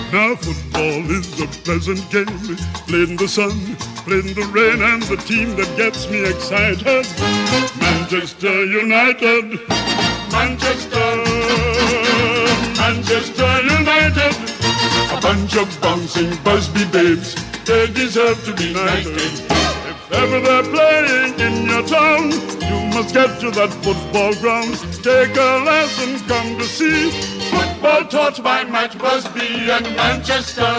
Now football is a pleasant game, played in the sun, played in the rain, and the team that gets me excited, Manchester United, Manchester, Manchester United, a bunch of bouncing Busby babes, they deserve to be knighted. If ever they're playing in your town, you must get to that football ground, take a lesson, come to see football taught by Matt Busby and Manchester.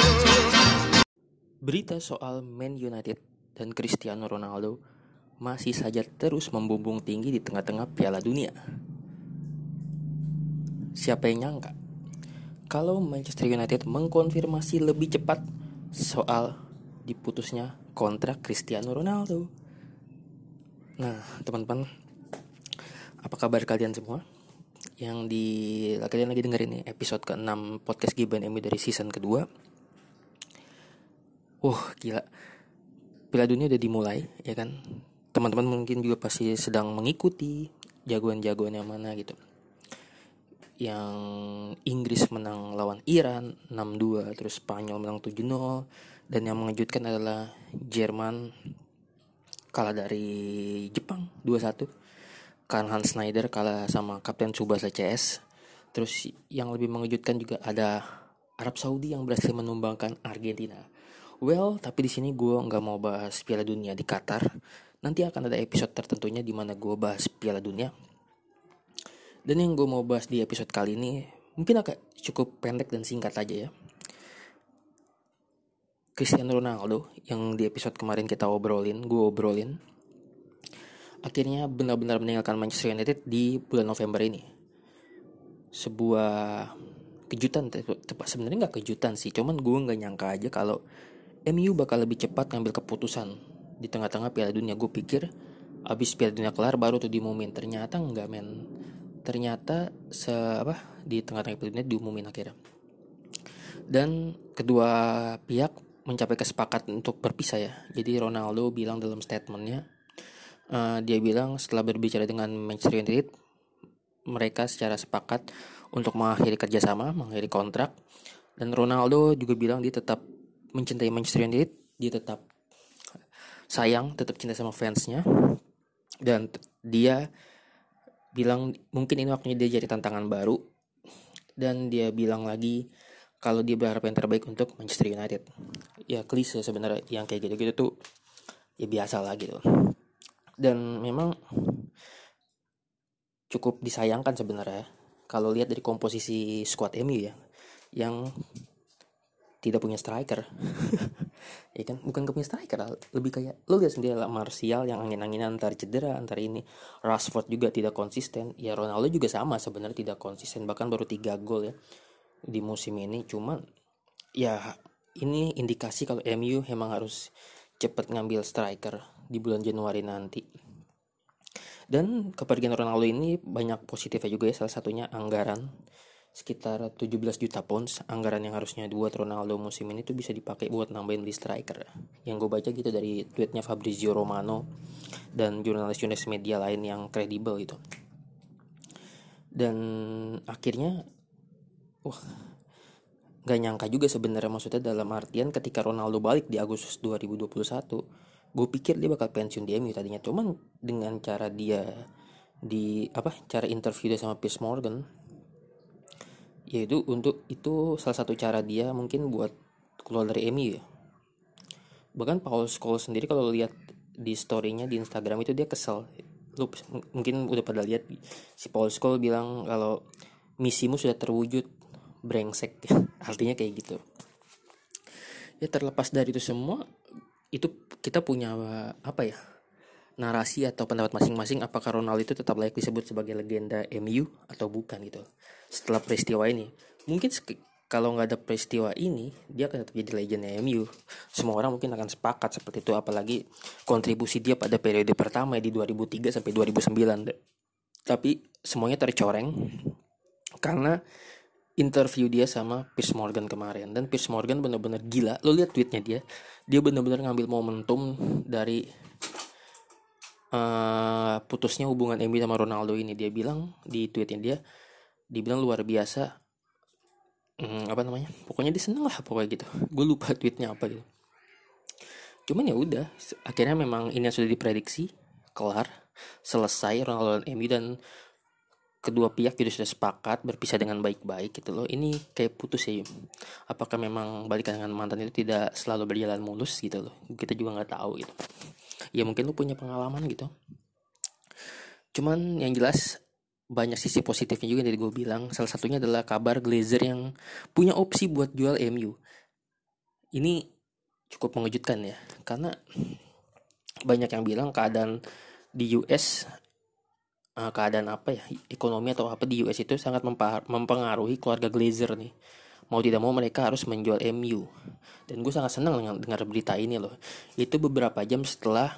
Berita soal Man United dan Cristiano Ronaldo masih saja terus membumbung tinggi di tengah-tengah Piala Dunia. Siapa yang nyangka kalau Manchester United mengkonfirmasi lebih cepat soal diputusnya kontrak Cristiano Ronaldo. Nah, teman-teman, apa kabar kalian semua? Kalian lagi dengerin nih episode ke-6 podcast Giban MU dari season kedua. Gila, Piala Dunia udah dimulai, ya kan? Teman-teman mungkin juga pasti sedang mengikuti jagoan-jagoan yang mana gitu. Yang Inggris menang lawan Iran 6-2, terus Spanyol menang 7-0, dan yang mengejutkan adalah Jerman kalah dari Jepang 2-1. Karl-Heinz Schneider kalah sama Kapten Tsubasa CS. Terus yang lebih mengejutkan juga ada Arab Saudi yang berhasil menumbangkan Argentina. Tapi di sini gue nggak mau bahas Piala Dunia di Qatar. Nanti akan ada episode tertentunya di mana gue bahas Piala Dunia. Dan yang gue mau bahas di episode kali ini mungkin agak cukup pendek dan singkat aja ya. Cristiano Ronaldo yang di episode kemarin gue obrolin, akhirnya benar-benar meninggalkan Manchester United di bulan November ini. Sebuah kejutan, sebenarnya nggak kejutan sih, cuman gue nggak nyangka aja kalau MU bakal lebih cepat ngambil keputusan di tengah-tengah Piala Dunia. Gue pikir abis Piala Dunia kelar baru tuh diumumin, ternyata nggak men. Ternyata di tengah-tengah Piala Dunia diumumin akhirnya. Dan kedua pihak mencapai kesepakatan untuk berpisah ya. Jadi Ronaldo bilang dalam statementnya, dia bilang setelah berbicara dengan Manchester United, mereka secara sepakat untuk mengakhiri kerjasama, mengakhiri kontrak. Dan Ronaldo juga bilang dia tetap mencintai Manchester United, dia tetap sayang, tetap cinta sama fansnya. Dan dia bilang mungkin ini waktunya dia jadi tantangan baru. Dan dia bilang lagi kalau dia berharap yang terbaik untuk Manchester United. Ya klise sebenarnya yang kayak gitu-gitu tuh ya biasa lah gitu. Dan memang cukup disayangkan sebenarnya kalau lihat dari komposisi squad MU ya, yang tidak punya striker. Ya kan, bukan gak punya striker, lebih kayak lo lihat sendiri lah, Martial yang angin-anginan antar cedera, antar ini. Rashford juga tidak konsisten. Ya Ronaldo juga sama sebenarnya tidak konsisten, bahkan baru 3 gol ya di musim ini. Cuman ya ini indikasi kalau MU memang harus cepat ngambil striker di bulan Januari nanti. Dan kepergian Ronaldo ini banyak positifnya juga ya. Salah satunya anggaran sekitar 17 juta pounds, anggaran yang harusnya buat Ronaldo musim ini tuh bisa dipakai buat nambahin beli striker. Yang gue baca gitu dari tweetnya Fabrizio Romano dan jurnalis media lain yang kredibel gitu. Dan akhirnya gak nyangka juga sebenarnya, maksudnya dalam artian ketika Ronaldo balik di Agustus 2021, gue pikir dia bakal pensiun di MU tadinya. Cuman dengan cara dia cara interview dia sama Piers Morgan, yaitu itu salah satu cara dia mungkin buat keluar dari MU ya. Bahkan Paul Scholes sendiri kalau lihat di story-nya di Instagram itu dia kesel. Lu mungkin udah pada lihat, si Paul Scholes bilang kalau misimu sudah terwujud, brengsek. Artinya kayak gitu. Ya terlepas dari itu semua, itu kita punya narasi atau pendapat masing-masing apakah Ronaldo itu tetap layak disebut sebagai legenda MU atau bukan gitu. Setelah peristiwa ini, mungkin kalau nggak ada peristiwa ini, dia akan tetap jadi legenda MU. Semua orang mungkin akan sepakat seperti itu, apalagi kontribusi dia pada periode pertama di 2003 sampai 2009. Tapi semuanya tercoreng karena interview dia sama Piers Morgan kemarin. Dan Piers Morgan benar-benar gila. Lo lihat tweetnya dia benar-benar ngambil momentum dari putusnya hubungan MU sama Ronaldo ini. Dia bilang di tweetnya dia bilang luar biasa, apa namanya, pokoknya dia seneng lah pokoknya gitu. Gue lupa tweetnya apa gitu. Cuman ya udah, akhirnya memang ini yang sudah diprediksi, kelar, selesai Ronaldo dan MU, dan kedua pihak juga sudah sepakat berpisah dengan baik-baik gitu loh. Ini kayak putus ya. Apakah memang balikan dengan mantan itu tidak selalu berjalan mulus gitu loh. Kita juga nggak tahu gitu. Ya mungkin lu punya pengalaman gitu. Cuman yang jelas banyak sisi positifnya juga yang tadi gue bilang. Salah satunya adalah kabar Glazer yang punya opsi buat jual MU. Ini cukup mengejutkan ya. Karena banyak yang bilang keadaan di US, keadaan apa ya, ekonomi atau apa di US itu sangat mempengaruhi keluarga Glazer nih. Mau tidak mau mereka harus menjual MU. Dan gue sangat senang dengar berita ini loh. Itu beberapa jam setelah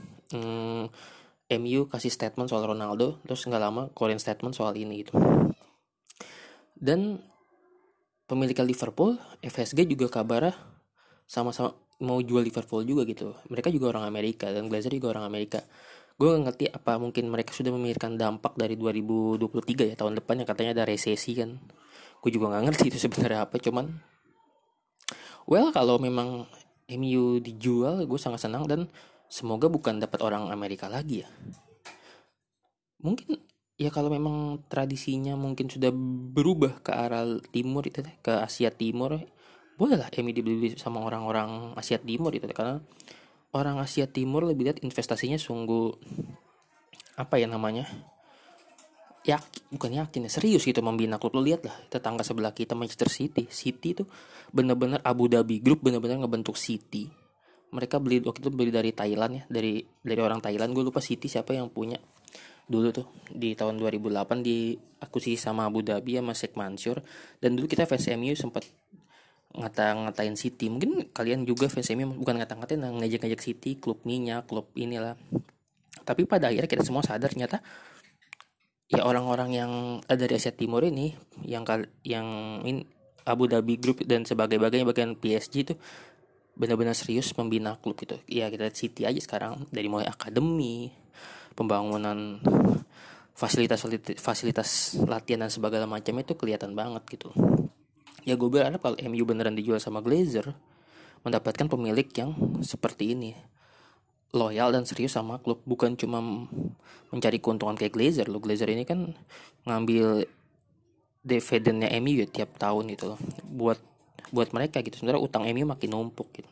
MU kasih statement soal Ronaldo, terus nggak lama keluarin statement soal ini gitu. Dan pemilik Liverpool, FSG juga kabarnya sama-sama mau jual Liverpool juga gitu. Mereka juga orang Amerika dan Glazer juga orang Amerika. Gue gak ngerti apa mungkin mereka sudah memikirkan dampak dari 2023 ya, tahun depan yang katanya ada resesi kan. Gue juga gak ngerti itu sebenarnya apa, cuman well kalau memang MU dijual gue sangat senang, dan semoga bukan dapat orang Amerika lagi ya. Mungkin ya kalau memang tradisinya mungkin sudah berubah ke arah timur itu, ke Asia Timur, bolehlah MU dibeli sama orang-orang Asia Timur itu, karena orang Asia Timur lebih lihat investasinya sungguh apa ya namanya, bukan yakin ya, serius gitu membina klub. Lo lihat lah tetangga sebelah kita Manchester City itu benar-benar Abu Dhabi Group benar-benar ngebentuk City. Mereka beli waktu itu beli dari Thailand ya, dari orang Thailand. Gue lupa City siapa yang punya dulu tuh di tahun 2008, diakuisisi sama Abu Dhabi sama Sheikh Mansyur. Dan dulu kita fans MU sempat ngatain City. Mungkin kalian juga fans MU bukan ngata-ngatain, ngejek-ngejek City, klub minyak, klub inilah. Tapi pada akhirnya kita semua sadar ternyata ya orang-orang yang dari Asia Timur ini, yang ini Abu Dhabi Group dan sebagainya bagian PSG itu benar-benar serius membina klub gitu. Ya kita lihat City aja sekarang, dari mulai akademi, pembangunan fasilitas latihan dan sebagainya macam itu kelihatan banget gitu. Ya gue berharap kalau MU beneran dijual sama Glazer, mendapatkan pemilik yang seperti ini, loyal dan serius sama klub, bukan cuma mencari keuntungan kayak Glazer loh. Glazer ini kan ngambil dividennya MU ya tiap tahun gitu loh, buat mereka gitu. Sebenarnya utang MU makin numpuk gitu.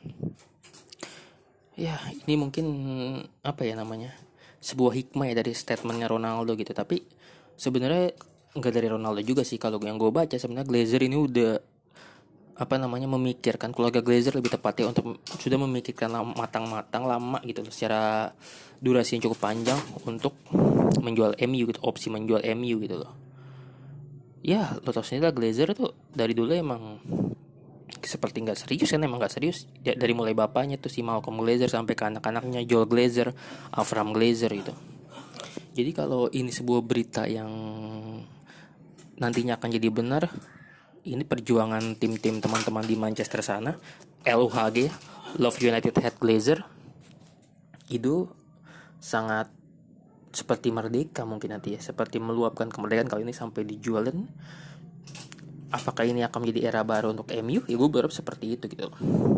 Ya ini mungkin apa ya namanya, sebuah hikmah ya dari statementnya Ronaldo gitu. Tapi sebenarnya nggak dari Ronaldo juga sih, kalau yang gue baca sebenarnya Glazer ini udah apa namanya memikirkan, keluarga Glazer lebih tepatnya, untuk sudah memikirkan matang-matang lama gitu loh, secara durasi yang cukup panjang untuk menjual MU gitu, opsi menjual MU gitu loh. Ya lo tau sendiri lah, Glazer tuh dari dulu emang seperti nggak serius kan, emang nggak serius ya, dari mulai bapaknya tuh si Malcolm Glazer sampai ke anak-anaknya Joel Glazer, Avram Glazer gitu. Jadi kalau ini sebuah berita yang nantinya akan jadi benar, ini perjuangan tim-tim teman-teman di Manchester sana, LUHG, Love United Head Glazer, itu sangat seperti merdeka mungkin nanti ya, seperti meluapkan kemerdekaan kali ini sampai dijual. Dan apakah ini akan menjadi era baru untuk MU? Ya gue berharap seperti itu gitu.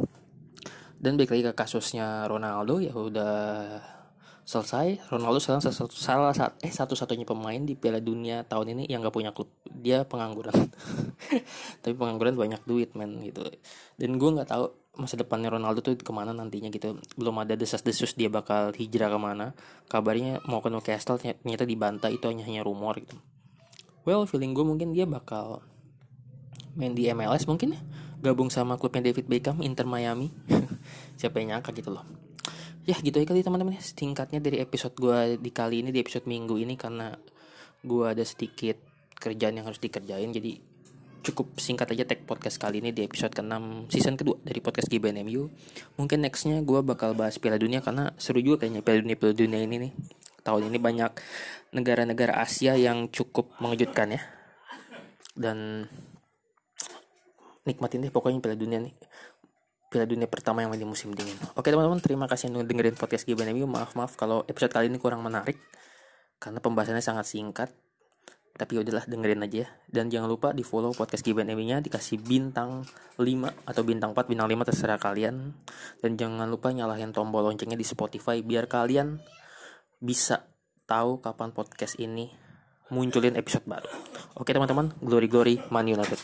Dan balik lagi ke kasusnya Ronaldo, ya udah selesai. Ronaldo sekarang satu-satunya pemain di Piala Dunia tahun ini yang gak punya klub. Dia pengangguran. Tapi pengangguran banyak duit men gitu. Dan gue nggak tahu masa depannya Ronaldo tuh kemana nantinya gitu. Belum ada desas-desus dia bakal hijrah kemana. Kabarnya mau ke Newcastle, ternyata dibantah, itu hanya rumor gitu. Well, feeling gue mungkin dia bakal main di MLS mungkin ya, gabung sama klubnya David Beckham, Inter Miami. Siapa yang nyangka gitu loh. Ya gitu aja kali teman-teman ya, singkatnya dari episode gue di kali ini, di episode minggu ini, karena gue ada sedikit kerjaan yang harus dikerjain, jadi cukup singkat aja tag podcast kali ini di episode ke-6 season kedua dari podcast GBN MU. Mungkin nextnya gue bakal bahas Piala Dunia, karena seru juga kayaknya Piala Dunia ini nih. Tahun ini banyak negara-negara Asia yang cukup mengejutkan ya. Dan nikmatin deh pokoknya Piala Dunia nih. Piala Dunia pertama yang di musim dingin. Oke teman-teman, terima kasih untuk dengerin podcast GBN MU. Maaf kalau episode kali ini kurang menarik karena pembahasannya sangat singkat. Tapi udahlah, dengerin aja ya. Dan jangan lupa di follow podcast Giban Emi-nya, dikasih bintang 5 atau bintang 4, bintang 5 terserah kalian. Dan jangan lupa nyalahin tombol loncengnya di Spotify biar kalian bisa tahu kapan podcast ini munculin episode baru. Oke teman-teman, glory glory Man United.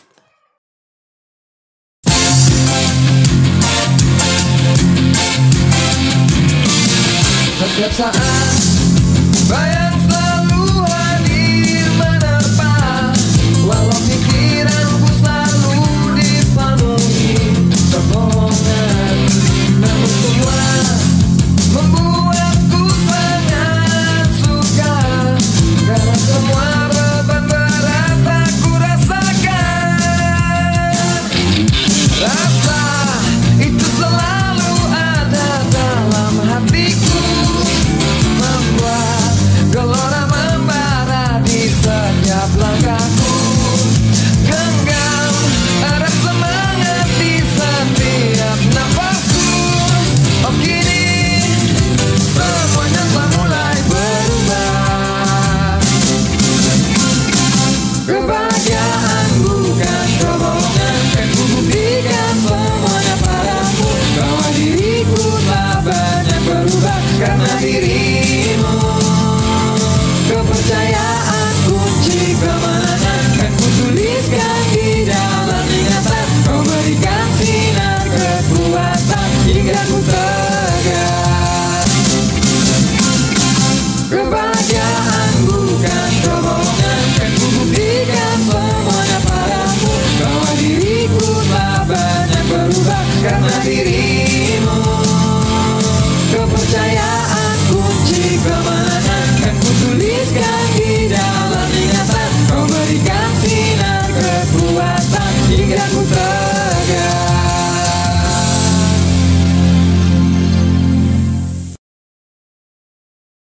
Setiap saat bayang selalu hadir menerpa, walau pikiranku selalu dipenuhi kebohongan, namun semua membuatku sangat suka, karena semua beban berat aku rasakan. Rasa itu selalu ada dalam hatiku, membuat gelora membara di setiap langkahku, genggam erat semangat di setiap nafasku. Oh kini semuanya telah mulai berubah. Kebahagiaan bukan kebohongan, kan ku buktikan semuanya padamu, bahwa diriku telah banyak berubah karena dirimu. Kepercayaan kunci kemenangan, kan ku tuliskan di dalam ingatan, kau berikan sinar kekuatan hingga ku tegak. Kebahagiaan bukan kebohongan, kan ku buktikan semuanya padamu, bahwa diriku telah banyak berubah karena dirimu.